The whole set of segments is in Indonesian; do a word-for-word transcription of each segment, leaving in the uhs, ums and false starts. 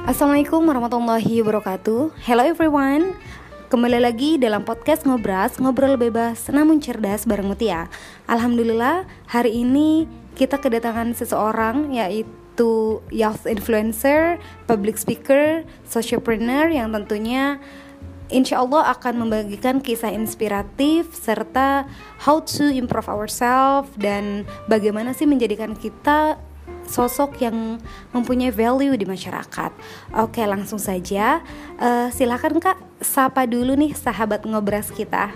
Assalamualaikum warahmatullahi wabarakatuh. Hello everyone. Kembali lagi dalam podcast Ngobras, ngobrol bebas namun cerdas bareng Mutia. Alhamdulillah hari ini kita kedatangan seseorang yaitu youth influencer, public speaker, sociopreneur yang tentunya insya Allah akan membagikan kisah inspiratif serta how to improve ourselves dan bagaimana sih menjadikan kita sosok yang mempunyai value di masyarakat. Oke, langsung saja. Uh, silakan Kak, sapa dulu nih sahabat ngobras kita.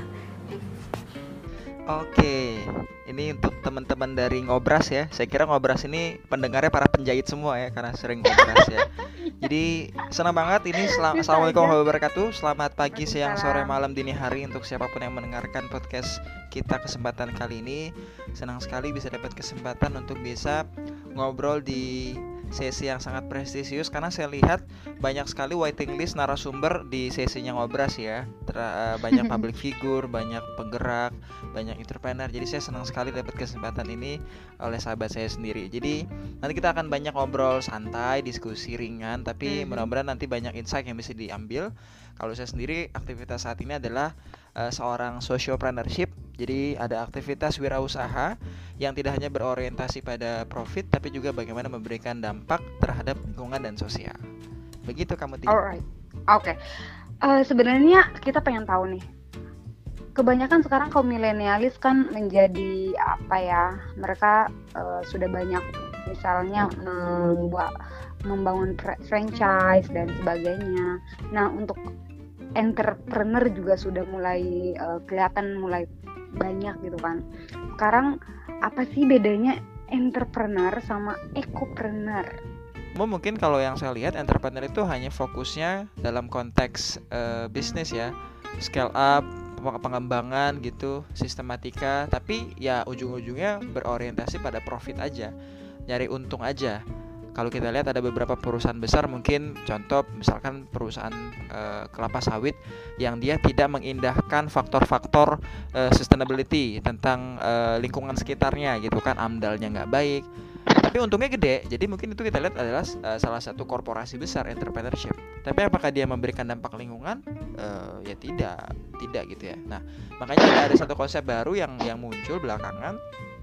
Oke, ini untuk teman-teman dari Ngobras ya. Saya kira Ngobras ini pendengarnya para penjahit semua ya, karena sering ngobras ya. Jadi senang banget ini. Selam- Assalamualaikum warahmatullahi wabarakatuh. Selamat pagi, siang, sore, malam, dini hari untuk siapapun yang mendengarkan podcast kita kesempatan kali ini. Senang sekali bisa dapat kesempatan untuk bisa ngobrol di sesi yang sangat prestisius, karena saya lihat banyak sekali waiting list narasumber di sesinya Ngobras ya. Ter- banyak public figure, banyak penggerak, banyak entrepreneur. Jadi saya senang sekali dapat kesempatan ini oleh sahabat saya sendiri. Jadi nanti kita akan banyak ngobrol santai, diskusi ringan, tapi mudah-mudahan nanti banyak insight yang bisa diambil. Kalau saya sendiri aktivitas saat ini adalah uh, seorang sociopreneurship. Jadi ada aktivitas wirausaha yang tidak hanya berorientasi pada profit, tapi juga bagaimana memberikan dampak terhadap lingkungan dan sosial. Begitu kamu Tia. Alright, oke. Okay. Uh, sebenarnya kita pengen tahu nih. Kebanyakan sekarang kaum milenialis kan menjadi apa ya? Mereka uh, sudah banyak misalnya membuat membangun franchise dan sebagainya. Nah, untuk entrepreneur juga sudah mulai uh, kelihatan mulai banyak gitu kan. Sekarang apa sih bedanya entrepreneur sama ekopreneur? Mungkin kalau yang saya lihat entrepreneur itu hanya fokusnya dalam konteks uh, bisnis ya, scale up, pengembangan gitu, sistematika, tapi ya ujung-ujungnya berorientasi pada profit aja, nyari untung aja. Kalau kita lihat ada beberapa perusahaan besar, mungkin contoh misalkan perusahaan e, kelapa sawit yang dia tidak mengindahkan faktor-faktor e, sustainability tentang e, lingkungan sekitarnya gitu kan, amdalnya nggak baik, tapi untungnya gede. Jadi mungkin itu kita lihat adalah e, salah satu korporasi besar entrepreneurship. Tapi apakah dia memberikan dampak lingkungan? E, ya tidak, tidak gitu ya. Nah makanya ada, ada satu konsep baru yang yang muncul belakangan,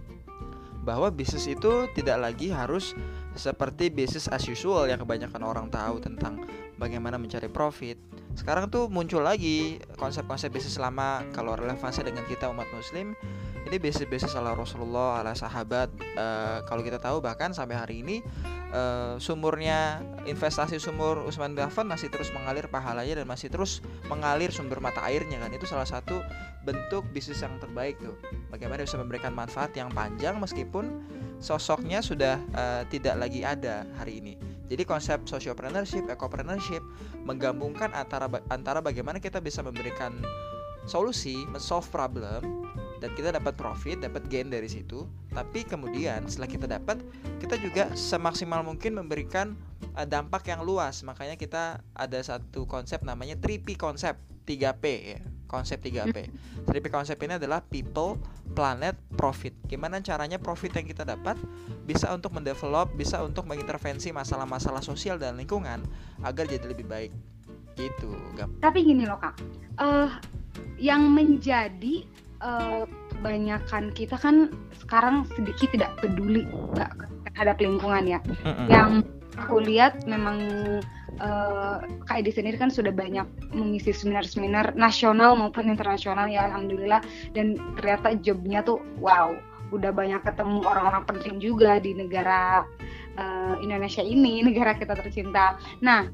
bahwa bisnis itu tidak lagi harus seperti bisnis as usual yang kebanyakan orang tahu tentang bagaimana mencari profit. Sekarang tuh muncul lagi konsep-konsep bisnis lama, kalau relevansi dengan kita umat muslim. Ini bisnis-bisnis ala Rasulullah, ala sahabat. uh, Kalau kita tahu bahkan sampai hari ini uh, sumurnya investasi sumur Utsman bin Affan masih terus mengalir pahalanya dan masih terus mengalir sumber mata airnya kan. Itu salah satu bentuk bisnis yang terbaik tuh. Bagaimana bisa memberikan manfaat yang panjang meskipun sosoknya sudah uh, tidak lagi ada hari ini. Jadi konsep sociopreneurship, ecopreneurship menggabungkan antara antara bagaimana kita bisa memberikan solusi, men-solve problem, dan kita dapat profit, dapat gain dari situ. Tapi kemudian setelah kita dapat, kita juga semaksimal mungkin memberikan uh, dampak yang luas. Makanya kita ada satu konsep namanya three P konsep, tiga P ya. Konsep tiga P. three P konsep ini adalah people, planet, profit. Gimana caranya profit yang kita dapat bisa untuk mendevelop, bisa untuk mengintervensi masalah-masalah sosial dan lingkungan agar jadi lebih baik. Gitu, Gam. Tapi gini loh Kak, uh, yang menjadi uh, kebanyakan kita kan sekarang sedikit tidak peduli gak, terhadap lingkungan ya. Mm-hmm. Yang aku lihat memang uh, Kak Edi sendiri kan sudah banyak mengisi seminar-seminar nasional maupun internasional ya, alhamdulillah. Dan ternyata jobnya tuh wow, udah banyak ketemu orang-orang penting juga di negara uh, Indonesia ini, negara kita tercinta. Nah,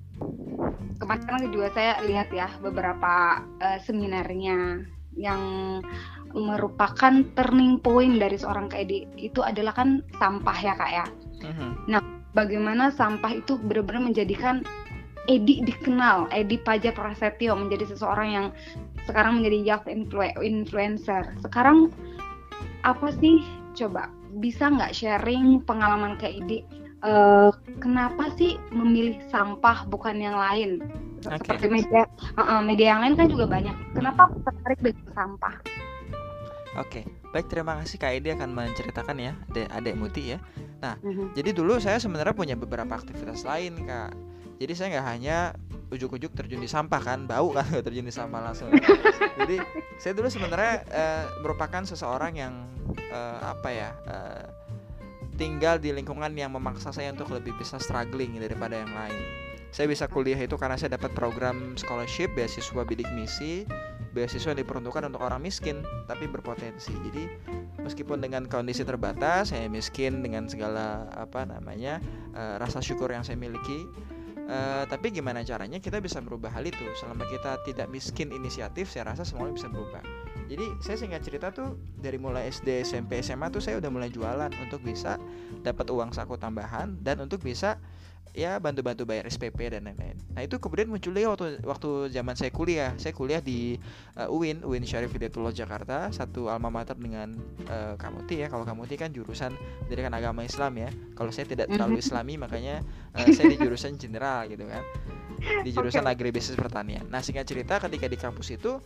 kemarin juga saya lihat ya beberapa uh, seminarnya yang merupakan turning point dari seorang Kak Edi itu adalah kan sampah ya Kak ya. Uh-huh. Nah, bagaimana sampah itu benar-benar menjadikan Edi dikenal, Edi Pajar Prasetyo menjadi seseorang yang sekarang menjadi youth influ- influencer. Sekarang apa sih, coba bisa nggak sharing pengalaman Kak Edi? Uh, kenapa sih memilih sampah bukan yang lain? Okay. Seperti media, uh, media yang lain kan juga banyak. Kenapa tertarik dengan sampah? Oke, okay. Baik, terima kasih Kak Edi akan menceritakan ya, adek, adek Muti ya. Nah, uh-huh. jadi dulu saya sebenarnya punya beberapa aktivitas lain Kak. Jadi saya nggak hanya ujuk-ujuk terjun di sampah kan, bau kan terjun di sampah langsung. Jadi saya dulu sebenarnya uh, merupakan seseorang yang uh, apa ya uh, tinggal di lingkungan yang memaksa saya untuk lebih bisa struggling daripada yang lain. Saya bisa kuliah itu karena saya dapat program scholarship, beasiswa bidik misi, beasiswa yang diperuntukkan untuk orang miskin tapi berpotensi. Jadi meskipun dengan kondisi terbatas, saya miskin dengan segala apa namanya uh, rasa syukur yang saya miliki. Uh, tapi gimana caranya kita bisa merubah hal itu? Selama kita tidak miskin inisiatif, saya rasa semuanya bisa berubah. Jadi saya singkat cerita tuh dari mulai S D, S M P, S M A tuh saya udah mulai jualan untuk bisa dapat uang saku tambahan dan untuk bisa ya bantu-bantu bayar S P P dan lain-lain. Nah itu kemudian muncul lagi waktu waktu zaman saya kuliah. Saya kuliah di uh, U I N, U I N Syarif Hidayatullah Jakarta, satu alma mater dengan uh, Kamuti ya. Kalau Kamuti kan jurusan pendidikan agama Islam ya. Kalau saya tidak terlalu Islami, makanya uh, saya di jurusan general gitu kan. Di jurusan okay. Agribisnis Pertanian. Nah singkat cerita ketika di kampus itu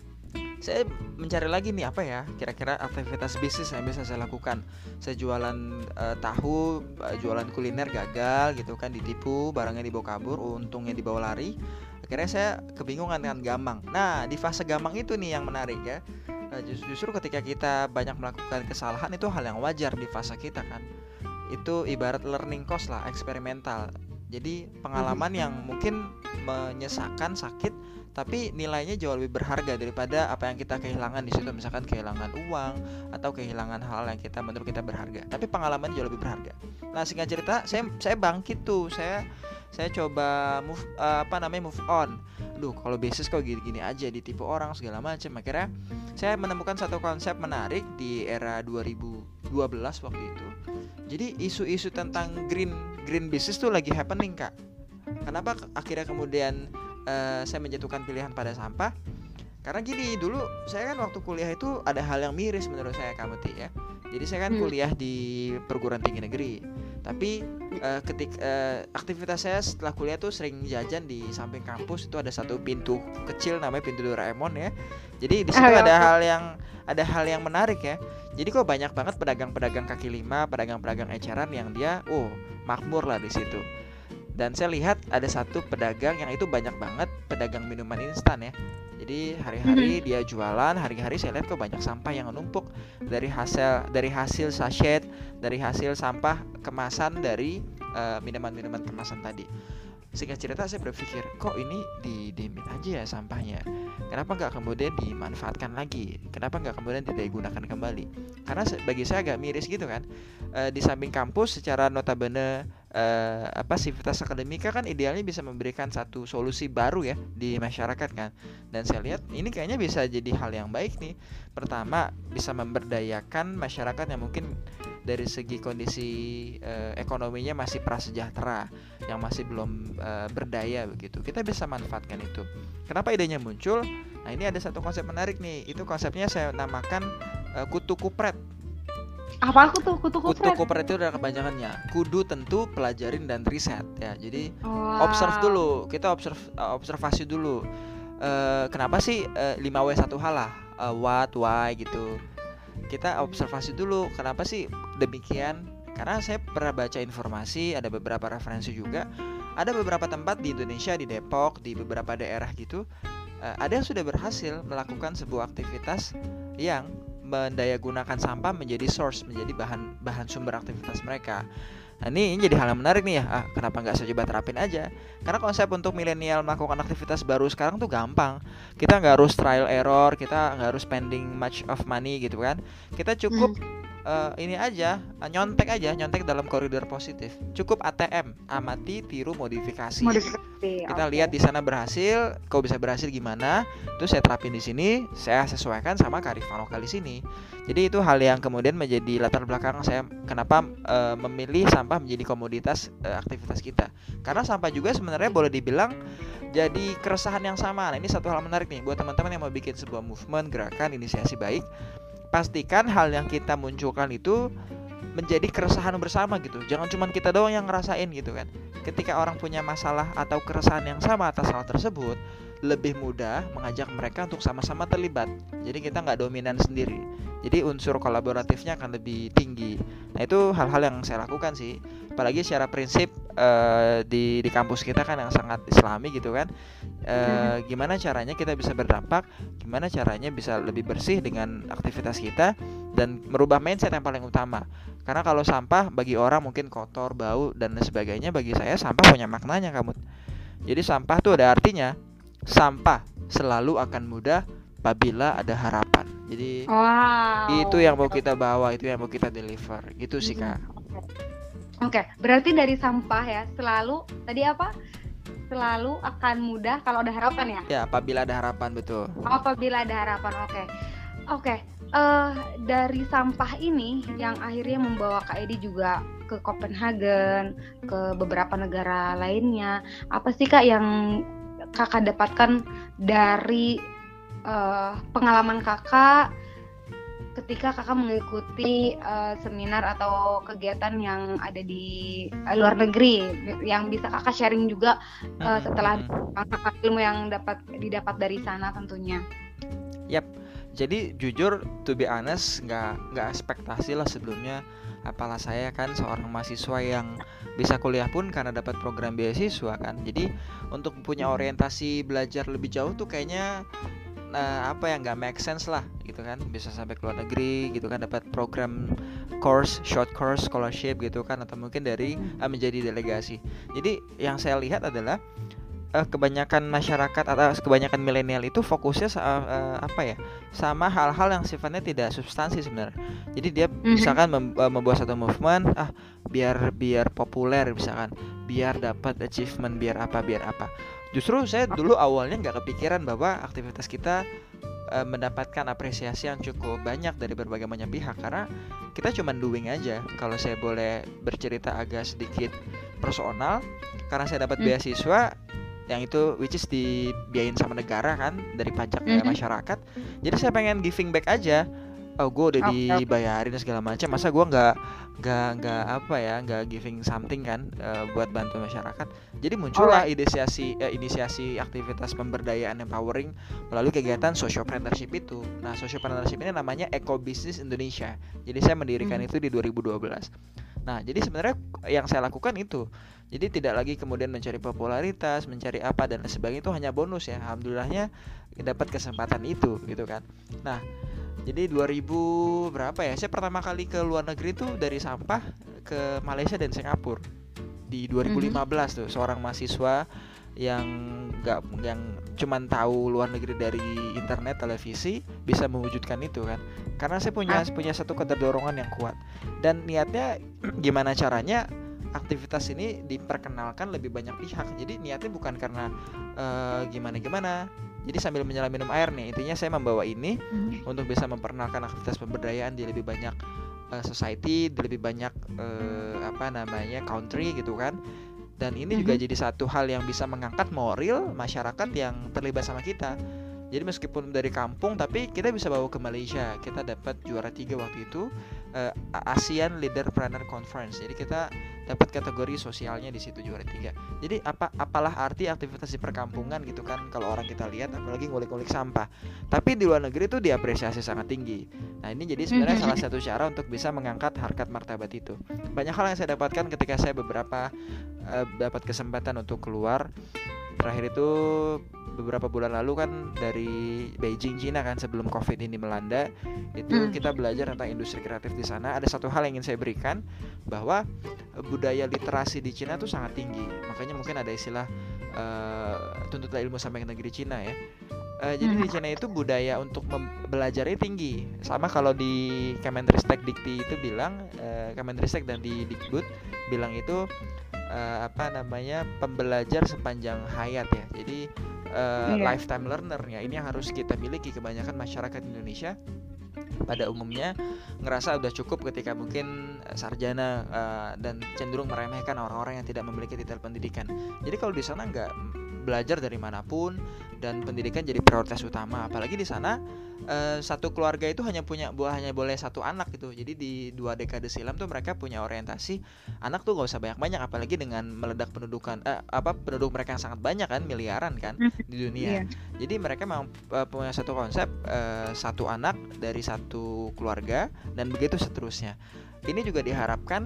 saya mencari lagi nih apa ya kira-kira aktivitas bisnis yang bisa saya lakukan. Saya jualan uh, tahu, uh, jualan kuliner gagal gitu kan, ditipu, barangnya dibawa kabur, untungnya dibawa lari. Akhirnya saya kebingungan dengan gamang. Nah di fase gamang itu nih yang menarik ya. uh, Justru ketika kita banyak melakukan kesalahan itu hal yang wajar di fase kita kan. Itu ibarat learning course lah, eksperimental. Jadi pengalaman yang mungkin menyesakan, sakit, tapi nilainya jauh lebih berharga daripada apa yang kita kehilangan di situ, misalkan kehilangan uang atau kehilangan hal yang kita menurut kita berharga. Tapi pengalaman jauh lebih berharga. Nah singkat cerita, saya saya bangkit tuh, saya saya coba move uh, apa namanya move on. Aduh kalau bisnis kok gini-gini aja, ditipu orang segala macam. Akhirnya saya menemukan satu konsep menarik di era dua ribu dua belas waktu itu. Jadi isu-isu tentang green green business tuh lagi happening kak. Kenapa akhirnya kemudian Uh, saya menjatuhkan pilihan pada sampah? Karena gini, dulu saya kan waktu kuliah itu ada hal yang miris menurut saya Kamuti ya. Jadi saya kan hmm. kuliah di perguruan tinggi negeri. Tapi uh, ketik uh, aktivitas saya setelah kuliah tuh sering jajan di samping kampus. Itu ada satu pintu kecil namanya pintu Doraemon ya. Jadi di situ oh, ada okay. hal yang ada hal yang menarik ya. Jadi kok banyak banget pedagang-pedagang kaki lima, pedagang-pedagang eceran yang dia oh makmur lah di situ. Dan saya lihat ada satu pedagang yang itu banyak banget pedagang minuman instan ya. Jadi hari-hari mm-hmm. dia jualan, hari-hari saya lihat kok banyak sampah yang numpuk dari hasil dari hasil sachet, dari hasil sampah kemasan dari uh, minuman-minuman kemasan tadi. Singkat cerita saya berpikir, kok ini didemin aja ya sampahnya? Kenapa nggak kemudian dimanfaatkan lagi? Kenapa nggak kemudian tidak digunakan kembali? Karena bagi saya agak miris gitu kan. E, di samping kampus secara notabene e, apa sivitas akademika kan idealnya bisa memberikan satu solusi baru ya di masyarakat kan. Dan saya lihat ini kayaknya bisa jadi hal yang baik nih. Pertama bisa memberdayakan masyarakat yang mungkin dari segi kondisi e, ekonominya masih prasejahtera, yang masih belum e, berdaya begitu. Kita bisa manfaatkan itu. Kenapa idenya muncul? Nah ini ada satu konsep menarik nih. Itu konsepnya saya namakan e, kutu kupret. Apa kutu kutu kupret? Kutu kupret itu adalah kepanjangannya. Kudu tentu pelajarin dan riset ya. Jadi wow. observe dulu. Kita observ, observasi dulu. E, kenapa sih e, lima W satu H lah? E, what, why gitu. Kita observasi dulu kenapa sih demikian. Karena saya pernah baca informasi, ada beberapa referensi juga. Ada beberapa tempat di Indonesia, di Depok, di beberapa daerah gitu, ada yang sudah berhasil melakukan sebuah aktivitas yang mendayagunakan sampah menjadi source, menjadi bahan bahan sumber aktivitas mereka. Nah ini, ini jadi hal yang menarik nih ya. Ah, kenapa nggak saya coba terapin aja? Karena konsep untuk milenial melakukan aktivitas baru sekarang tuh gampang. Kita nggak harus trial error, kita nggak harus spending much of money gitu kan. Kita cukup hmm. Uh, ini aja, uh, nyontek aja, nyontek dalam koridor positif. Cukup A T M, amati, tiru, modifikasi. Modifikasi. Kita okay. lihat di sana berhasil, kau bisa berhasil gimana? Terus saya terapin di sini, saya sesuaikan sama kearifan lokal di sini. Jadi itu hal yang kemudian menjadi latar belakang saya kenapa uh, memilih sampah menjadi komoditas uh, aktivitas kita. Karena sampah juga sebenarnya boleh dibilang jadi keresahan yang sama. Nah, ini satu hal menarik nih buat teman-teman yang mau bikin sebuah movement, gerakan, inisiasi baik. Pastikan hal yang kita munculkan itu menjadi keresahan bersama gitu. Jangan cuma kita doang yang ngerasain gitu kan. Ketika orang punya masalah atau keresahan yang sama atas hal tersebut, lebih mudah mengajak mereka untuk sama-sama terlibat. Jadi kita nggak dominan sendiri. Jadi unsur kolaboratifnya akan lebih tinggi. Nah itu hal-hal yang saya lakukan sih. Apalagi secara prinsip uh, di di kampus kita kan yang sangat islami gitu kan. Uh, gimana caranya kita bisa berdampak, gimana caranya bisa lebih bersih dengan aktivitas kita dan merubah mindset yang paling utama. Karena kalau sampah bagi orang mungkin kotor, bau dan lain sebagainya, bagi saya sampah punya maknanya kamu. Jadi sampah tuh ada artinya. Sampah selalu akan mudah apabila ada harapan. Jadi wow. itu yang mau kita bawa, itu yang mau kita deliver. Gitu sih Kak. Oke, okay. Berarti dari sampah ya selalu tadi apa? Selalu akan mudah kalau ada harapan ya? Ya, apabila ada harapan, betul. Apabila ada harapan, oke. Okay. Oke, okay. uh, dari sampah ini yang akhirnya membawa Kak Edi juga ke Copenhagen, ke beberapa negara lainnya. Apa sih Kak yang Kakak dapatkan dari uh, pengalaman Kakak ketika Kakak mengikuti uh, seminar atau kegiatan yang ada di uh, luar negeri, yang bisa Kakak sharing juga uh, setelah Kakak ilmu yang dapat didapat dari sana tentunya. Yap. Jadi jujur, to be honest, nggak nggak ekspektasi lah sebelumnya. Apalah saya kan seorang mahasiswa yang bisa kuliah pun karena dapat program beasiswa kan. Jadi untuk punya orientasi belajar lebih jauh tuh kayaknya nah, apa yang nggak make sense lah gitu kan. Bisa sampai ke luar negeri gitu kan, dapat program course, short course, scholarship gitu kan, atau mungkin dari uh, menjadi delegasi. Jadi yang saya lihat adalah uh, kebanyakan masyarakat atau kebanyakan milenial itu fokusnya uh, uh, apa ya, sama hal-hal yang sifatnya tidak substansi sebenarnya. Jadi dia misalkan mem- uh, membuat satu movement, ah biar biar populer misalkan, biar dapat achievement, biar apa biar apa. Justru saya dulu awalnya nggak kepikiran bahwa aktivitas kita uh, mendapatkan apresiasi yang cukup banyak dari berbagai macam pihak, karena kita cuma doing aja. Kalau saya boleh bercerita agak sedikit personal, karena saya dapat beasiswa yang itu which is dibiayain sama negara kan dari pajak mm-hmm. masyarakat. Jadi saya pengen giving back aja. Oh, gue udah okay. dibayarin segala macam, masa gue nggak nggak nggak apa ya nggak giving something kan uh, buat bantu masyarakat. Jadi muncullah right. inisiasi uh, inisiasi aktivitas pemberdayaan empowering melalui kegiatan sociopreneurship itu. Nah, sociopreneurship ini namanya Eco Business Indonesia. Jadi saya mendirikan hmm. itu di dua ribu dua belas. Nah, jadi sebenarnya yang saya lakukan itu, jadi tidak lagi kemudian mencari popularitas, mencari apa dan lain sebagainya, itu hanya bonus ya. Alhamdulillahnya dapat kesempatan itu gitu kan. Nah, jadi dua ribu berapa ya? Saya pertama kali ke luar negeri tuh dari sampah ke Malaysia dan Singapura di dua ribu lima belas tuh. Seorang mahasiswa yang nggak yang cuman tahu luar negeri dari internet, televisi, bisa mewujudkan itu kan. Karena saya punya punya satu keterdorongan yang kuat dan niatnya gimana caranya aktivitas ini diperkenalkan lebih banyak pihak. Jadi niatnya bukan karena uh, gimana-gimana. Jadi sambil menyelam minum air nih, intinya saya membawa ini hmm. untuk bisa memperkenalkan aktivitas pemberdayaan di lebih banyak uh, society, di lebih banyak uh, apa namanya country gitu kan. Dan ini hmm. juga jadi satu hal yang bisa mengangkat moral masyarakat yang terlibat sama kita. Jadi meskipun dari kampung, tapi kita bisa bawa ke Malaysia. Kita dapat juara tiga waktu itu, uh, ASEAN Leaderpreneur Conference. Jadi kita dapat kategori sosialnya di situ, juara tiga. Jadi apa apalah arti aktivitas di perkampungan gitu kan, kalau orang kita lihat, apalagi ngulik-ngulik sampah. Tapi di luar negeri itu diapresiasi sangat tinggi. Nah, ini jadi sebenarnya salah satu cara untuk bisa mengangkat harkat martabat itu. Banyak hal yang saya dapatkan ketika saya beberapa uh, dapat kesempatan untuk keluar. Terakhir itu beberapa bulan lalu kan dari Beijing, Cina kan, sebelum Covid ini melanda. Itu hmm. kita belajar tentang industri kreatif di sana. Ada satu hal yang ingin saya berikan, bahwa budaya literasi di Cina tuh sangat tinggi. Makanya mungkin ada istilah uh, tuntutlah ilmu sampai ke negeri Cina ya. Uh, jadi di Cina itu budaya untuk mem- belajarnya tinggi. Sama kalau di Kemendristek Dikti itu bilang, uh, Kemendristek dan di Dikbud bilang itu uh, apa namanya, pembelajar sepanjang hayat ya. Jadi uh, yeah. lifetime learner-nya ini yang harus kita miliki. Kebanyakan masyarakat Indonesia pada umumnya ngerasa udah cukup ketika mungkin sarjana uh, dan cenderung meremehkan orang-orang yang tidak memiliki titel pendidikan. Jadi kalau di sana nggak, belajar dari manapun dan pendidikan jadi prioritas utama. Apalagi di sana uh, satu keluarga itu hanya punya buah hanya boleh satu anak gitu. Jadi di dua dekade silam tuh mereka punya orientasi anak tuh gak usah banyak-banyak, apalagi dengan meledak pendudukan uh, apa penduduk mereka yang sangat banyak kan, miliaran kan di dunia. Yeah. Jadi mereka memang uh, punya satu konsep uh, satu anak dari satu keluarga dan begitu seterusnya. Ini juga diharapkan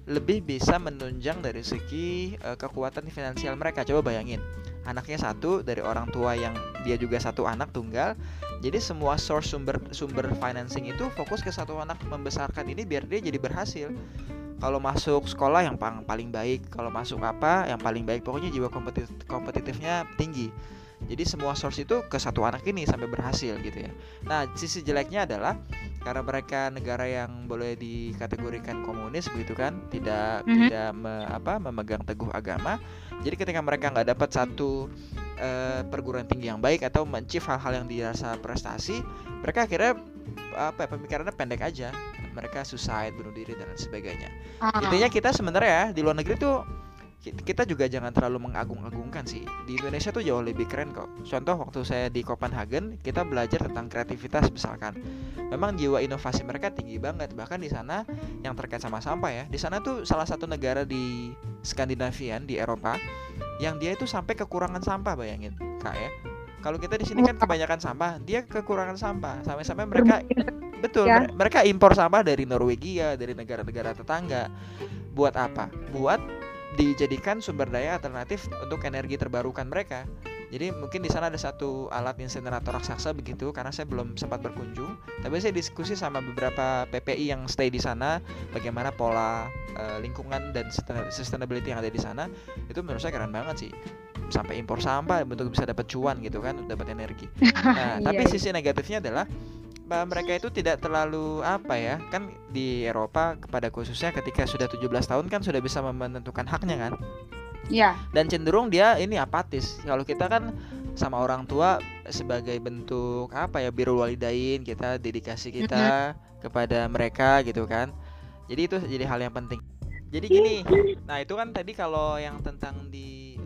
lebih bisa menunjang dari segi uh, kekuatan finansial mereka. Coba bayangin, anaknya satu dari orang tua yang dia juga satu anak tunggal. Jadi semua source sumber sumber financing itu fokus ke satu anak membesarkan ini biar dia jadi berhasil. Kalau masuk sekolah yang paling baik, kalau masuk apa yang paling baik, pokoknya jiwa kompetitif, kompetitifnya tinggi. Jadi semua source itu ke satu anak ini sampai berhasil gitu ya. Nah, sisi jeleknya adalah karena mereka negara yang boleh dikategorikan komunis begitu kan, tidak mm-hmm. tidak me, apa memegang teguh agama. Jadi ketika mereka nggak dapat satu uh, perguruan tinggi yang baik atau mencip hal-hal yang dirasa prestasi, mereka akhirnya apa ya, pemikirannya pendek aja. Mereka suicide, bunuh diri dan lain sebagainya. Uh-huh. Intinya kita sebenarnya ya di luar negeri tuh kita juga jangan terlalu mengagung-agungkan sih. Di Indonesia tuh jauh lebih keren kok. Contoh waktu saya di Copenhagen, kita belajar tentang kreativitas misalkan. Memang jiwa inovasi mereka tinggi banget. Bahkan di sana yang terkait sama sampah ya. Di sana tuh salah satu negara di Skandinavian di Eropa yang dia itu sampai kekurangan sampah, bayangin Kak ya. Kalau kita di sini kan kebanyakan sampah, dia kekurangan sampah. Sampai-sampai mereka betul ya. Mereka impor sampah dari Norwegia, dari negara-negara tetangga. Buat apa? Buat dijadikan sumber daya alternatif untuk energi terbarukan mereka. Jadi mungkin di sana ada satu alat insinerator raksasa begitu, karena saya belum sempat berkunjung. Tapi saya diskusi sama beberapa P P I yang stay di sana, bagaimana pola uh, lingkungan dan sustainability yang ada di sana. Itu menurut saya keren banget sih. Sampai impor sampah untuk bisa dapat cuan gitu kan, dapat energi. Nah, tapi sisi negatifnya adalah mereka itu tidak terlalu apa ya, kan di Eropa kepada khususnya ketika sudah tujuh belas tahun kan sudah bisa menentukan haknya kan. Iya. Dan cenderung dia ini apatis. Kalau kita kan sama orang tua sebagai bentuk apa ya, birrul walidain, kita dedikasi kita mm-hmm. kepada mereka gitu kan. Jadi itu jadi hal yang penting. Jadi gini, nah itu kan tadi kalau yang tentang di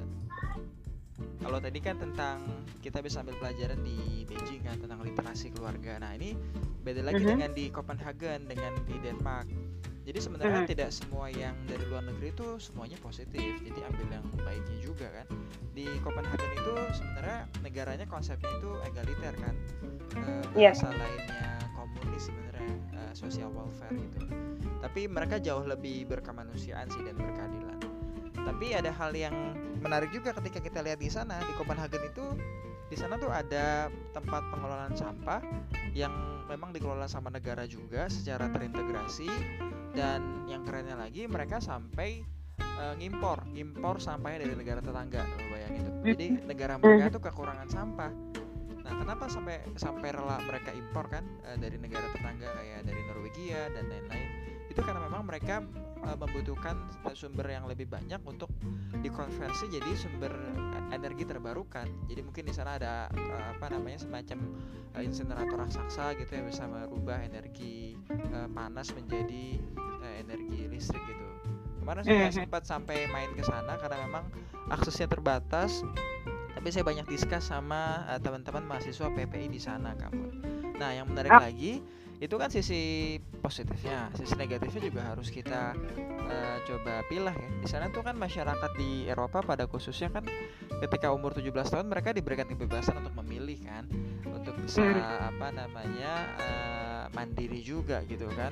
Kalau tadi kan tentang kita bisa ambil pelajaran di Beijing kan tentang literasi keluarga. Nah ini beda lagi uh-huh. dengan di Copenhagen, dengan di Denmark. Jadi sebenarnya uh-huh. tidak semua yang dari luar negeri itu semuanya positif. Jadi ambil yang baiknya juga kan. Di Copenhagen itu sebenarnya negaranya konsepnya itu egaliter kan. Uh, bahasa yeah. lainnya komunis sebenarnya, uh, social welfare gitu. Tapi mereka jauh lebih berkemanusiaan sih dan berkeadilan. Tapi ada hal yang menarik juga ketika kita lihat di sana di Copenhagen itu, di sana tuh ada tempat pengelolaan sampah yang memang dikelola sama negara juga secara terintegrasi, dan yang kerennya lagi mereka sampai uh, ngimpor impor sampahnya dari negara tetangga, bayangin itu. Jadi negara mereka tuh kekurangan sampah. Nah, kenapa sampai sampai rela mereka impor kan uh, dari negara tetangga kayak dari Norwegia dan lain-lain? Itu karena memang mereka uh, membutuhkan sumber yang lebih banyak untuk dikonversi jadi sumber energi terbarukan. Jadi mungkin di sana ada uh, apa namanya semacam uh, insinerator raksasa gitu yang bisa merubah energi uh, panas menjadi uh, energi listrik gitu. Kemarin saya sempat sampai main ke sana karena memang aksesnya terbatas. Tapi saya banyak diskus sama uh, teman-teman mahasiswa P P I di sana kamu. Nah, yang menarik ah. lagi itu kan sisi positifnya, sisi negatifnya juga harus kita uh, coba pilah ya. Di sana tuh kan masyarakat di Eropa pada khususnya kan ketika umur tujuh belas tahun mereka diberikan kebebasan untuk memilih kan, untuk bisa hmm. apa namanya uh, mandiri juga gitu kan.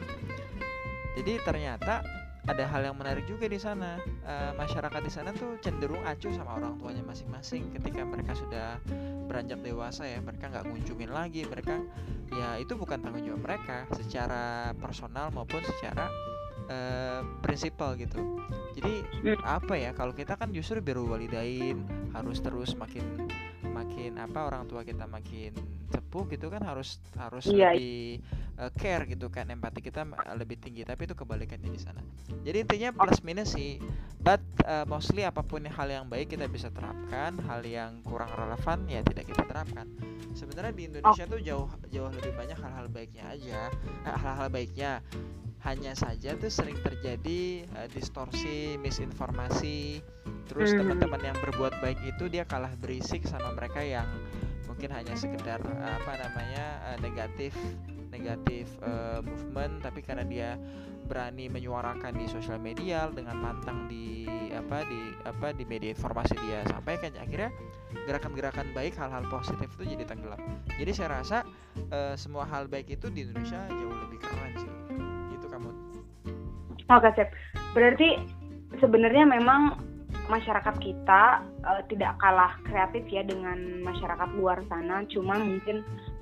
Jadi ternyata ada hal yang menarik juga di sana. Uh, masyarakat di sana tuh cenderung acuh sama orang tuanya masing-masing ketika mereka sudah beranjak dewasa ya. Mereka nggak ngunjungin lagi, mereka ya itu bukan tanggung jawab mereka secara personal maupun secara uh, prinsipal gitu. Jadi apa ya, kalau kita kan justru birrul walidain, harus terus makin makin apa orang tua kita makin sepuh gitu kan, harus harus yeah. lebih uh, care gitu kan, empati kita lebih tinggi. Tapi itu kebalikannya di sana. Jadi intinya plus minus sih, but uh, mostly apapun hal yang baik kita bisa terapkan, hal yang kurang relevan ya tidak kita terapkan. Sebenarnya di Indonesia oh. tuh jauh jauh lebih banyak hal-hal baiknya aja, eh, hal-hal baiknya. Hanya saja tuh sering terjadi uh, distorsi, misinformasi. Terus hmm. teman-teman yang berbuat baik itu dia kalah berisik sama mereka yang mungkin hanya sekedar uh, apa namanya uh, negatif negatif uh, movement, tapi karena dia berani menyuarakan di sosial media dengan lantang di apa di apa di media informasi dia sampaikan, akhirnya gerakan-gerakan baik, hal-hal positif itu jadi tenggelam. Jadi saya rasa uh, semua hal baik itu di Indonesia jauh lebih keren sih. Gitu kamu. Oke, Sip. Berarti sebenarnya memang masyarakat kita uh, tidak kalah kreatif ya dengan masyarakat luar sana, cuma mungkin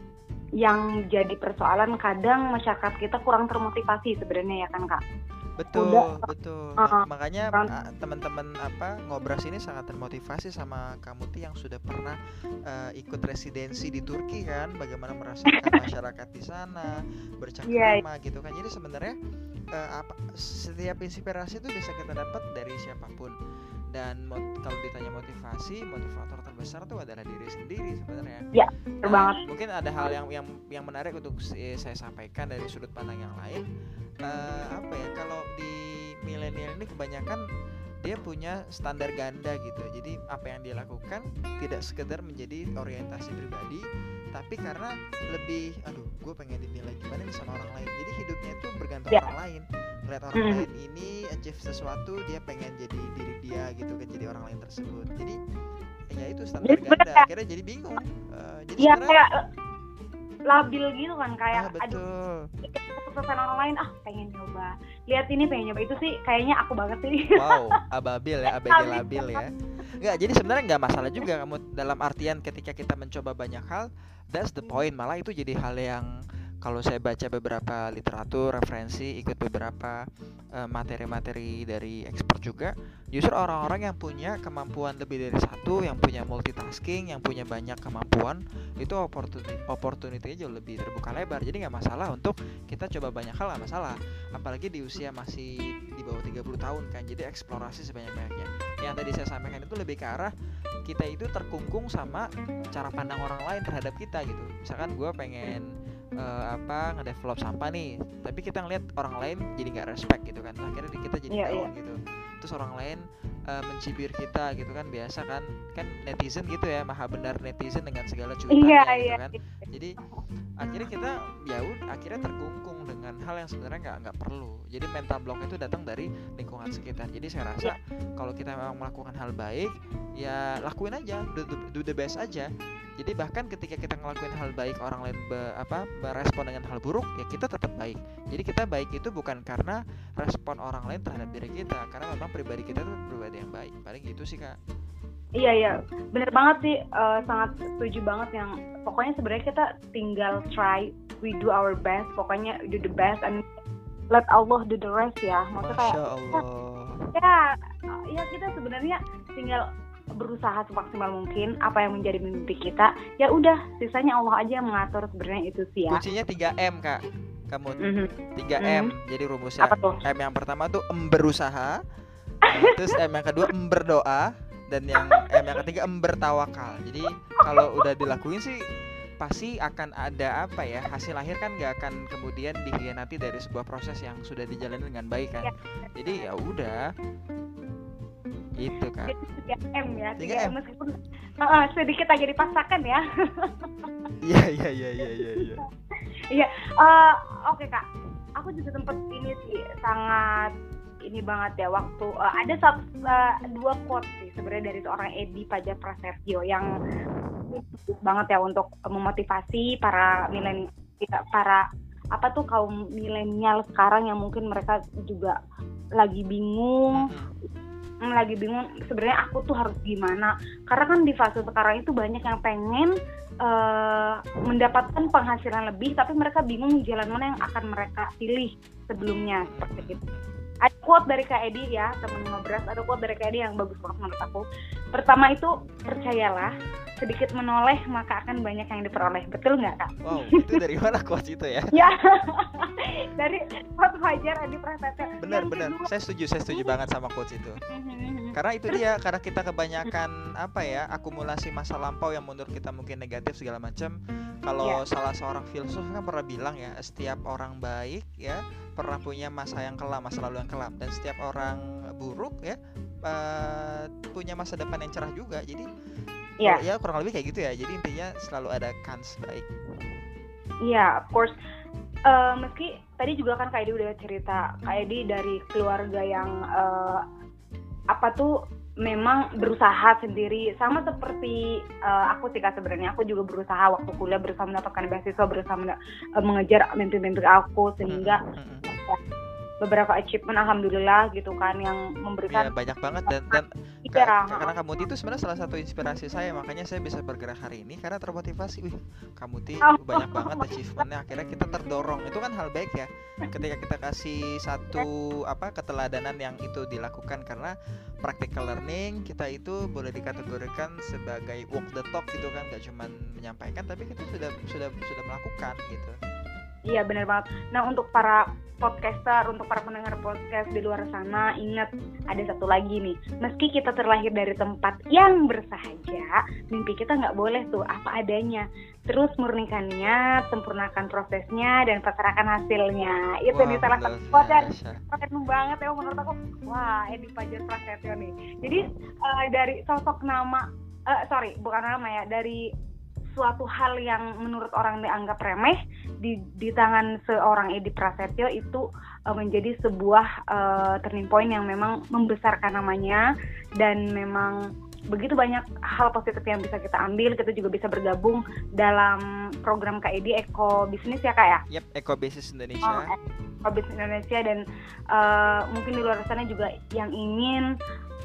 yang jadi persoalan kadang masyarakat kita kurang termotivasi sebenarnya ya kan Kak? Betul, Udah, betul. uh, Makanya kurang, uh, teman-teman apa Ngobras ini sangat termotivasi sama kamu tuh yang sudah pernah uh, ikut residensi di Turki kan, bagaimana merasakan masyarakat di sana, iya, bercengkrama gitu kan. Jadi sebenarnya uh, apa setiap inspirasi itu bisa kita dapat dari siapapun. Dan mot- kalau ditanya motivasi, motivator terbesar tuh adalah diri sendiri sebenarnya. ya, betul Nah, banget. mungkin ada hal yang yang yang menarik untuk si- saya sampaikan dari sudut pandang yang lain. Eh, apa ya, kalau di milenial ini kebanyakan dia punya standar ganda gitu. Jadi apa yang dia lakukan tidak sekedar menjadi orientasi pribadi, tapi karena lebih, aduh, gue pengen dinilai gimana nih sama orang lain. Jadi hidupnya itu bergantung Ya. orang lain. Ngeliat orang Mm. lain ini achieve sesuatu, dia pengen jadi diri dia gitu kan, jadi orang lain tersebut. Jadi ya itu standar Jadi ganda. sebenarnya- Akhirnya jadi bingung. Eh, jadi Iya sebenarnya kayak eh, labil gitu kan, ah, kayak aduh betul. kesuksesan orang lain ah pengen nyoba, lihat ini pengen nyoba, itu sih kayaknya aku banget sih. Wow, ababil ya, A B G labil ya. Enggak, jadi sebenarnya nggak masalah juga kamu dalam artian ketika kita mencoba banyak hal, that's the point. Malah itu jadi hal yang kalau saya baca beberapa literatur, referensi, ikut beberapa uh, materi-materi dari expert juga, justru orang-orang yang punya kemampuan lebih dari satu, yang punya multitasking, yang punya banyak kemampuan, itu opportunity opportunity-nya jauh lebih terbuka lebar. Jadi nggak masalah untuk kita coba banyak hal, nggak masalah. Apalagi di usia masih di bawah tiga puluh tahun kan. Jadi eksplorasi sebanyak-banyaknya. Yang tadi saya sampaikan itu lebih ke arah kita itu terkungkung sama cara pandang orang lain terhadap kita gitu. Misalkan gue pengen uh, apa ngedevelop sampah nih, tapi kita ngeliat orang lain jadi nggak respect gitu kan, akhirnya kita jadi Iya, down gitu. Terus orang lain uh, mencibir kita gitu kan, biasa kan kan netizen gitu ya, maha benar netizen dengan segala cuitannya Iya, gitu iya. kan. Jadi akhirnya kita ya udah akhirnya terkungkung dengan hal yang sebenarnya nggak nggak perlu. Jadi mental block itu datang dari lingkungan sekitar. Jadi saya rasa kalau kita memang melakukan hal baik, ya lakuin aja, do, do, do the best aja. Jadi bahkan ketika kita ngelakuin hal baik, orang lain be, apa merespon dengan hal buruk, ya kita tetap baik. Jadi kita baik itu bukan karena respon orang lain terhadap diri kita, karena memang pribadi kita itu pribadi yang baik. Paling gitu sih Kak. Iya iya, bener banget sih, uh, sangat setuju banget yang pokoknya sebenarnya kita tinggal try, we do our best, pokoknya do the best and let Allah do the rest ya. Maksudnya kayak Masya Allah. ya, ya kita sebenarnya tinggal berusaha semaksimal mungkin apa yang menjadi mimpi kita. Ya udah, sisanya Allah aja yang mengatur sebenarnya itu sih ya. Kuncinya tiga M Kak. Kamu Mhm. tiga Mhm. M. Jadi rumusnya Apa tuh? M yang pertama tuh em berusaha, terus M yang kedua em berdoa, dan yang M yang ketiga em bertawakal. Jadi kalau udah dilakuin sih pasti akan ada apa ya, hasil akhir kan nggak akan kemudian dikhianati dari sebuah proses yang sudah dijalani dengan baik kan. Ya. Jadi ya udah itu Kak. Jadi tiga M ya, tiga tiga M. M meskipun uh, sedikit agak dipaksakan ya. Iya iya iya iya iya iya. Iya, uh, oke Kak. Aku juga sempat ini sih sangat ini banget ya waktu uh, ada satu uh, dua quote sih sebenarnya dari seorang Edi Fajar Prasetyo yang bagus banget ya untuk memotivasi para milenial, para apa tuh kaum milenial sekarang yang mungkin mereka juga lagi bingung. Mm-hmm. lagi bingung sebenarnya aku tuh harus gimana, karena kan di fase sekarang itu banyak yang pengen uh, mendapatkan penghasilan lebih tapi mereka bingung jalan mana yang akan mereka pilih sebelumnya seperti itu. Ada quote dari Kak Edi ya, temen Ngobras, ada quote dari Kak Edi yang bagus banget menurut aku. Pertama itu, percayalah, sedikit menoleh maka akan banyak yang diperoleh. Betul nggak Kak? Wow, itu dari mana quotes itu ya? Ya, dari quote Fajar Edi Prasetyo. Benar Yang benar, kedua- saya setuju saya setuju banget sama quotes itu. Karena itu dia, karena kita kebanyakan apa ya, akumulasi masa lampau yang menurut kita mungkin negatif segala macam. Kalau Ya. salah seorang filsuf kan pernah bilang ya, setiap orang baik ya pernah punya masa yang kelam, masa lalu yang kelam, dan setiap orang buruk ya uh, punya masa depan yang cerah juga. Jadi Ya. ya kurang lebih kayak gitu ya. Jadi intinya selalu ada kans baik. Iya, of course. Uh, meski tadi juga kan Kak Edi udah cerita, Kak Edi dari keluarga yang uh, apa tuh memang berusaha sendiri, sama seperti uh, aku sih Kak sebenarnya. Aku juga berusaha waktu kuliah, berusaha mendapatkan beasiswa, berusaha menda- uh, mengejar mimpi-mimpi aku sehingga Mm-mm. ya, beberapa achievement alhamdulillah gitu kan yang memberikan ya, banyak banget dan dan iya, Ka- karena Kamuti itu sebenarnya salah satu inspirasi saya, makanya saya bisa bergerak hari ini karena termotivasi. Wih, Kamuti Oh. banyak banget achievementnya, akhirnya kita terdorong. Itu kan hal baik ya, ketika kita kasih satu apa keteladanan yang itu dilakukan, karena practical learning kita itu boleh dikategorikan sebagai walk the talk gitu kan, gak cuman menyampaikan tapi kita sudah sudah sudah melakukan gitu. Iya benar banget. Nah untuk para podcaster, untuk para pendengar podcast di luar sana, ingat ada satu lagi nih. Meski kita terlahir dari tempat yang bersahaja, mimpi kita nggak boleh tuh apa adanya. Terus murnikannya, sempurnakan prosesnya, dan pasrahkan hasilnya. Itu Wah, nih salah satu luar quote dan biasa. keren banget ya menurut aku. Wah, Edi Fajar Prasetyo nih. Jadi eh, dari sosok nama, eh, sorry bukan nama ya, dari suatu hal yang menurut orang dianggap remeh di di tangan seorang Edi Prasetyo itu uh, menjadi sebuah uh, turning point yang memang membesarkan namanya, dan memang begitu banyak hal positif yang bisa kita ambil. Kita juga bisa bergabung dalam program Kak Edi Eko Bisnis ya Kak ya? Yep, Eko Bisnis Indonesia. Oh, Eko Bisnis Indonesia, dan uh, mungkin di luar sana juga yang ingin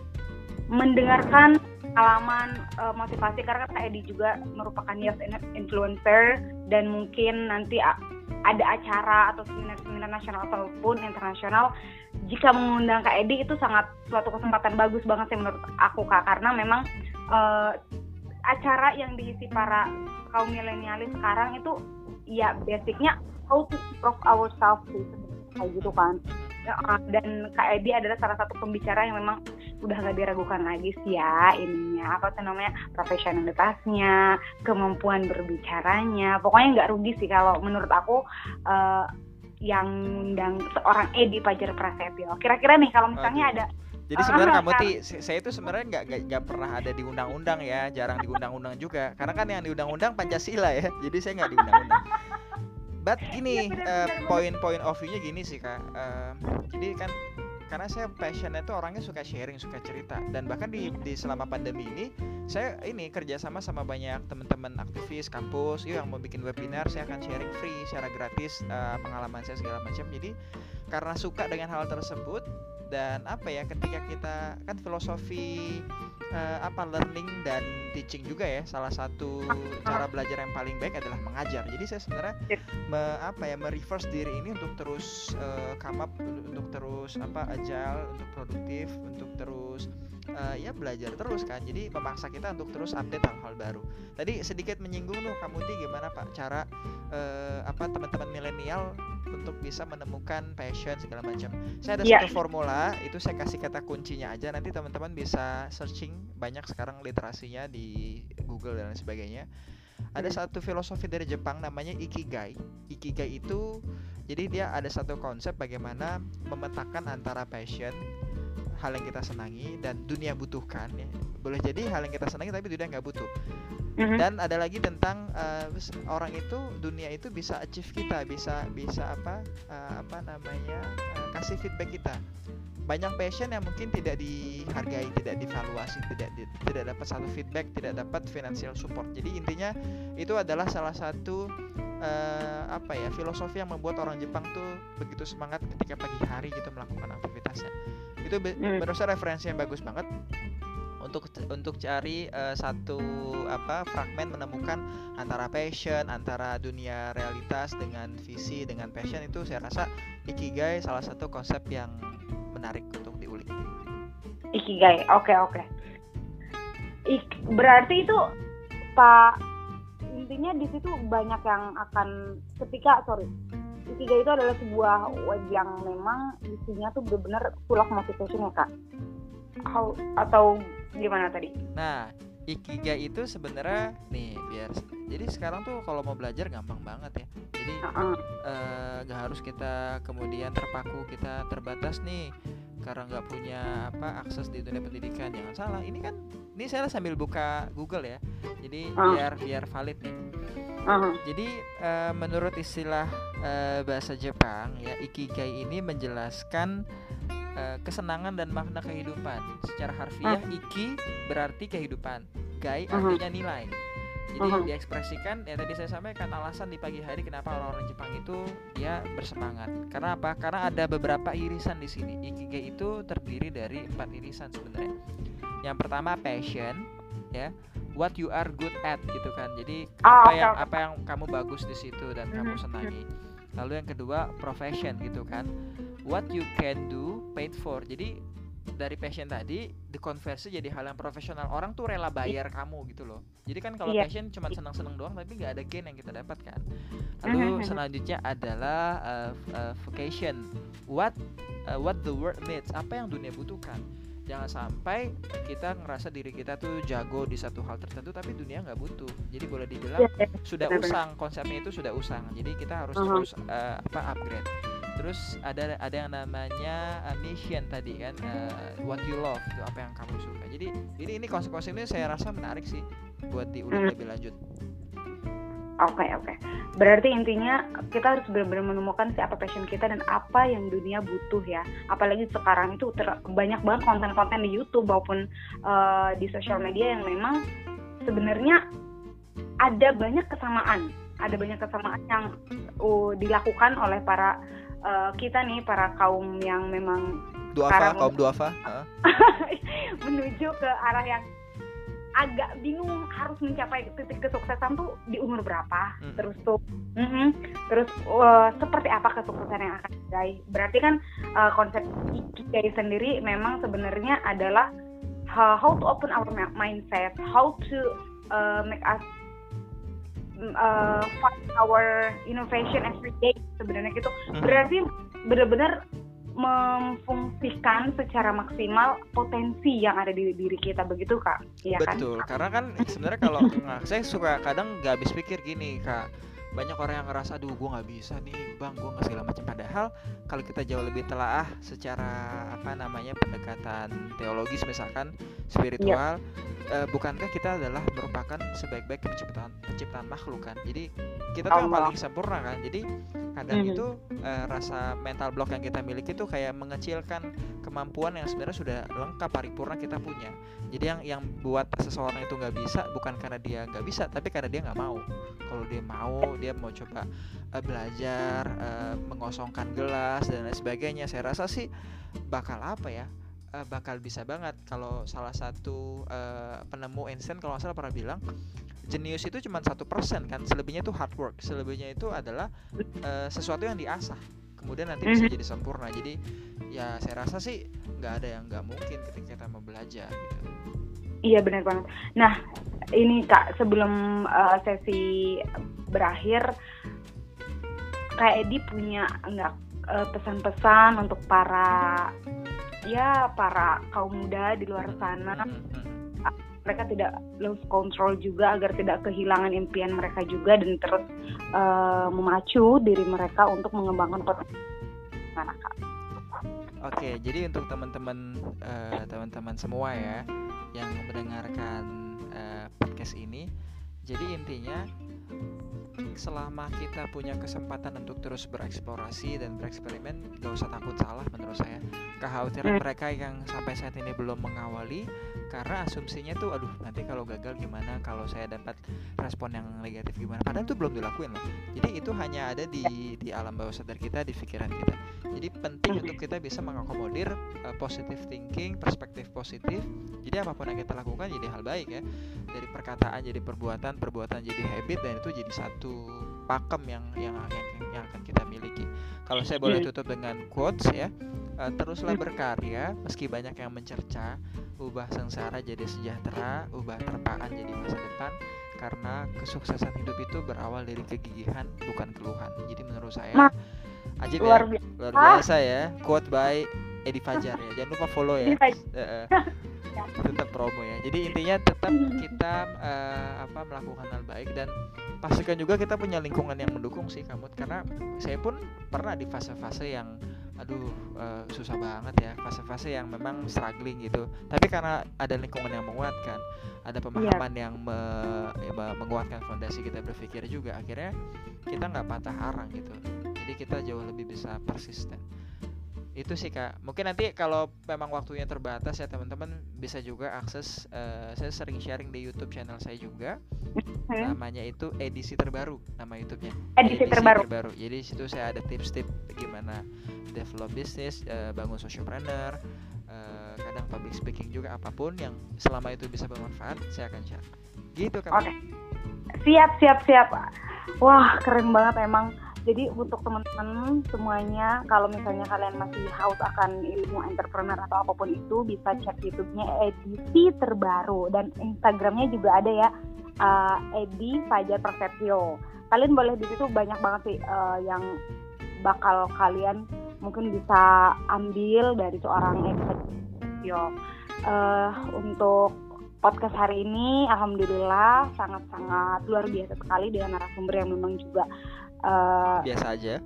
mendengarkan pengalaman uh, motivasi, karena Kak Edi juga merupakan youth influencer, dan mungkin nanti a- ada acara atau seminar-seminar nasional ataupun internasional. Jika mengundang Kak Edi itu sangat suatu kesempatan bagus banget sih menurut aku Kak, karena memang uh, acara yang diisi para kaum milenialis sekarang itu ya basicnya how to improve ourselves sih, kayak gitu kan. Dan Kak Edi adalah salah satu pembicara yang memang udah gak diragukan lagi sih ya ininya, apa tuh namanya, profesionalitasnya, kemampuan berbicaranya. Pokoknya nggak rugi sih kalau menurut aku uh, yang ngundang seorang Edi Fajar Prasetyo. Kira-kira nih kalau misalnya Aduh. ada Jadi sebenarnya uh, kamu ti, saya itu sebenarnya nggak nggak pernah ada di undang-undang ya, jarang di undang-undang juga, karena kan yang di undang-undang Pancasila ya, jadi saya nggak di undang-undang. But gini, uh, point-point of view-nya gini sih Kak, uh, jadi kan karena saya passionnya tuh orangnya suka sharing, suka cerita, dan bahkan di, di selama pandemi ini saya ini kerjasama sama banyak teman-teman aktivis kampus, yuk yang mau bikin webinar saya akan sharing free secara gratis uh, pengalaman saya segala macam. Jadi karena suka dengan hal tersebut, dan apa ya, ketika kita kan filosofi uh, apa learning dan teaching juga ya, salah satu cara belajar yang paling baik adalah mengajar. Jadi saya sebenarnya me, apa ya mereverse diri ini untuk terus uh, come up, untuk, untuk terus apa agile, untuk produktif, untuk terus uh, ya belajar terus kan. Jadi memaksa kita untuk terus update hal-hal baru. Tadi sedikit menyinggung tuh Kamuti, gimana Pak cara uh, apa teman-teman milenial untuk bisa menemukan passion segala macam. Saya ada yeah. satu formula, itu saya kasih kata kuncinya aja, nanti teman-teman bisa searching, banyak sekarang literasinya di Google dan lain sebagainya. Ada satu filosofi dari Jepang namanya Ikigai. Ikigai itu jadi dia ada satu konsep bagaimana memetakan antara passion, hal yang kita senangi, dan dunia butuhkan ya. Boleh jadi hal yang kita senangi tapi dunia nggak butuh. Dan ada lagi tentang uh, orang itu, dunia itu bisa achieve kita, bisa bisa apa uh, apa namanya uh, kasih feedback kita. Banyak passion yang mungkin tidak dihargai, tidak divaluasi, tidak di, tidak dapat satu feedback, tidak dapat financial support. Jadi intinya itu adalah salah satu uh, apa ya filosofi yang membuat orang Jepang tuh begitu semangat ketika pagi hari gitu melakukan aktivitasnya. Itu be- mm. berasa referensi yang bagus banget untuk untuk cari uh, satu apa fragmen menemukan antara passion, antara dunia realitas dengan visi, dengan passion. Itu saya rasa Ikigai salah satu konsep yang menarik untuk diulik. Ikigai, oke okay, oke. Okay. Ik- berarti itu Pak, intinya di situ banyak yang akan ketika sorry Ikigai itu adalah sebuah web yang memang isinya tuh benar-benar full of motivation ya Kak. How, atau gimana tadi? Nah, Ikigai itu sebenarnya nih biar jadi sekarang tuh kalau mau belajar gampang banget ya. Jadi uh-uh. uh, gak harus kita kemudian terpaku, kita terbatas nih karena nggak punya apa akses di dunia pendidikan. Jangan salah, ini kan ini saya sambil buka Google ya. Jadi uh. biar biar valid nih. Uh-huh. Jadi uh, menurut istilah uh, bahasa Jepang ya, Ikigai ini menjelaskan kesenangan dan makna kehidupan. Secara harfiah, uh. iki berarti kehidupan, gai artinya nilai. Jadi uh-huh. diekspresikan ya tadi saya sampaikan alasan di pagi hari kenapa orang-orang Jepang itu dia bersemangat. Karena apa? Karena ada beberapa irisan di sini. Ikigai itu terdiri dari empat irisan sebenarnya. Yang pertama passion, ya, what you are good at gitu kan. Jadi oh, apa okay, yang okay. apa yang kamu bagus di situ dan mm-hmm. kamu senangi. Lalu yang kedua profession gitu kan. What you can do paid for. Jadi dari passion tadi dikonversi jadi hal yang profesional. Orang tuh rela bayar kamu gitu loh. Jadi kan kalau yeah. passion cuma senang-senang doang tapi nggak ada gain yang kita dapatkan. Lalu selanjutnya adalah uh, uh, vocation. What uh, what the world needs. Apa yang dunia butuhkan. Jangan sampai kita ngerasa diri kita tuh jago di satu hal tertentu tapi dunia nggak butuh. Jadi boleh dibilang yeah. sudah usang, konsepnya itu sudah usang. Jadi kita harus uh-huh. terus uh, apa upgrade. Terus ada ada yang namanya uh, mission tadi kan, uh, what you love itu apa yang kamu suka. Jadi ini ini konsep-konsep ini saya rasa menarik sih buat diulik hmm. lebih lanjut. Oke okay, oke. Okay. Berarti intinya kita harus benar-benar menemukan siapa passion kita dan apa yang dunia butuh ya. Apalagi sekarang itu ter- banyak banget konten-konten di YouTube maupun uh, di sosial media yang memang sebenarnya ada banyak kesamaan, ada banyak kesamaan yang uh, dilakukan oleh para Uh, kita nih para kaum yang memang duafa, kaum duafa uh. menuju ke arah yang agak bingung harus mencapai titik kesuksesan tuh di umur berapa, mm. terus tuh mm-hmm, terus uh, seperti apa kesuksesan yang akan diraih. Berarti kan uh, konsep Ikigai sendiri memang sebenarnya adalah uh, how to open our mindset, how to uh, make us Uh, find our innovation every day sebenarnya gitu. Berarti benar-benar memfungsikan secara maksimal potensi yang ada di diri kita, begitu Kak? Iya kan? Betul, karena kan sebenarnya kalau nah, saya suka kadang nggak habis pikir gini Kak. Banyak orang yang ngerasa aduh gue nggak bisa nih bang, gue nggak segala macam. Padahal kalau kita jauh lebih telaah secara apa namanya pendekatan teologis misalkan spiritual, yep. uh, bukankah kita adalah merupakan sebaik-baik penciptaan penciptaan makhluk kan? Jadi kita tuh yang paling sempurna kan. Jadi kadang mm-hmm. itu uh, rasa mental block yang kita miliki itu kayak mengecilkan kemampuan yang sebenarnya sudah lengkap paripurna kita punya. Jadi yang yang buat seseorang itu nggak bisa bukan karena dia nggak bisa, tapi karena dia nggak mau. Kalau dia mau, dia mau coba uh, belajar, uh, mengosongkan gelas dan lain sebagainya. Saya rasa sih bakal apa ya? Uh, bakal bisa banget. Kalau salah satu uh, penemu Einstein kalau nggak salah pernah bilang, jenius itu cuma satu persen kan, selebihnya itu hard work. Selebihnya itu adalah uh, sesuatu yang diasah, kemudian nanti bisa jadi sempurna. Jadi ya saya rasa sih nggak ada yang nggak mungkin ketika kita mau belajar gitu. Iya benar banget. Nah ini Kak, sebelum uh, sesi berakhir, Kak Edi punya nggak uh, pesan-pesan untuk para ya para kaum muda di luar sana, mereka tidak lose control juga agar tidak kehilangan impian mereka juga dan terus uh, memacu diri mereka untuk mengembangkan potensi mana Kak? Oke, jadi untuk teman-teman uh, teman-teman semua ya yang mendengarkan uh, podcast ini, jadi intinya selama kita punya kesempatan untuk terus bereksplorasi dan bereksperimen, gak usah takut salah menurut saya. Kekhawatiran hmm. mereka yang sampai saat ini belum mengawali karena asumsinya tuh aduh nanti kalau gagal gimana, kalau saya dapat respon yang negatif gimana, padahal itu belum dilakuin loh. Jadi itu hanya ada di di alam bawah sadar kita, di pikiran kita. Jadi penting untuk kita bisa mengakomodir uh, positive thinking, perspektif positif. Jadi apapun yang kita lakukan jadi hal baik ya. Dari perkataan jadi perbuatan, perbuatan jadi habit, dan itu jadi satu pakem yang yang yang, yang akan kita miliki. Kalau saya boleh tutup dengan quotes ya, uh, teruslah berkarya meski banyak yang mencerca, ubah sengsara jadi sejahtera, ubah terpaan jadi masa depan, karena kesuksesan hidup itu berawal dari kegigihan bukan keluhan. Jadi menurut saya ajib ya, luar biasa ya, quote by Edi Fajar ya. Jangan lupa follow ya. Uh, tetap promo ya. Jadi intinya tetap kita uh, apa melakukan hal baik dan pastikan juga kita punya lingkungan yang mendukung sih Kamut, karena saya pun pernah di fase-fase yang aduh uh, susah banget ya, fase-fase yang memang struggling gitu. Tapi karena ada lingkungan yang menguatkan, ada pemahaman yeah. yang me, ya, menguatkan fondasi kita berpikir juga, akhirnya kita nggak patah arang gitu. Jadi kita jauh lebih bisa persisten. Itu sih Kak. Mungkin nanti kalau memang waktunya terbatas ya teman-teman bisa juga akses, uh, saya sering sharing di YouTube channel saya juga. Hmm. Namanya itu edisi terbaru nama YouTube-nya. Edisi, edisi terbaru. terbaru. Jadi situ saya ada tips-tips bagaimana develop bisnis, uh, bangun socialpreneur, uh, kadang public speaking juga, apapun yang selama itu bisa bermanfaat saya akan share. Gitu Kak. Oke. Okay. Siap, siap, siap. Wah, keren banget emang. Jadi untuk teman-teman semuanya, kalau misalnya kalian masih haus akan ilmu entrepreneur atau apapun itu, bisa cek YouTube-nya edisi terbaru, dan Instagram-nya juga ada ya, uh, Edi Fajar Prasetyo. Kalian boleh di situ, banyak banget sih uh, yang bakal kalian mungkin bisa ambil dari seorang Edi Fajar Prasetyo. Uh, untuk podcast hari ini, alhamdulillah sangat-sangat luar biasa sekali dengan narasumber yang memang juga Uh, biasa aja.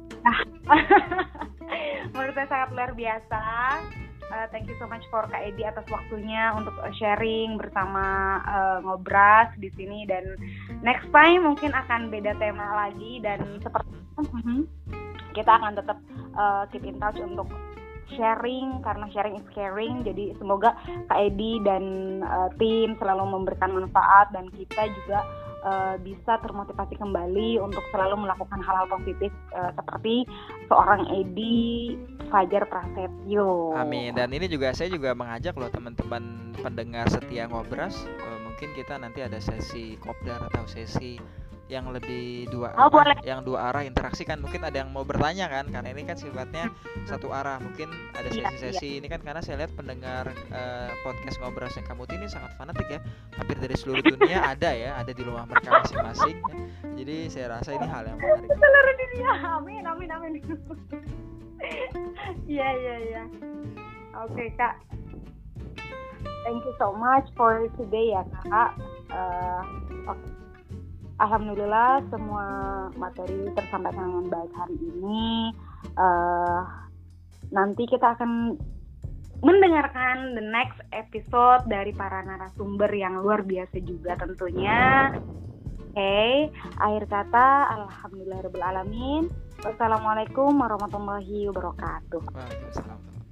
Menurut saya sangat luar biasa. Uh, thank you so much for Kak Edi atas waktunya untuk sharing bersama uh, Ngobras di sini, dan next time mungkin akan beda tema lagi, dan seperti uh-huh, kita akan tetap uh, keep in touch untuk sharing, karena sharing is caring. Jadi semoga Kak Edi dan uh, tim selalu memberikan manfaat, dan kita juga Uh, bisa termotivasi kembali untuk selalu melakukan hal-hal positif uh, seperti seorang Edi Fajar Prasetyo. Amin. Dan ini juga saya juga mengajak loh teman-teman pendengar setia Ngobras, uh, mungkin kita nanti ada sesi kopdar atau sesi yang lebih dua oh, arah, boleh. yang dua arah interaksi kan, mungkin ada yang mau bertanya kan, karena ini kan sifatnya satu arah, mungkin ada sesi-sesi iya, iya. Ini kan karena saya lihat pendengar uh, podcast Ngobras yang kamu ini sangat fanatik ya, hampir dari seluruh dunia ada ya, ada di rumah mereka masing-masing ya. Jadi saya rasa ini hal yang menarik. Seluruh dunia, amin amin amin. Iya iya iya. Oke Kak, thank you so much for today ya Kak. Uh, okay. Alhamdulillah semua materi tersampaikan dengan baik hari ini. Uh, nanti kita akan mendengarkan the next episode dari para narasumber yang luar biasa juga tentunya. Oke, okay. Akhir kata, alhamdulillahirabbil alamin. Wassalamualaikum warahmatullahi wabarakatuh. Waalaikumsalam.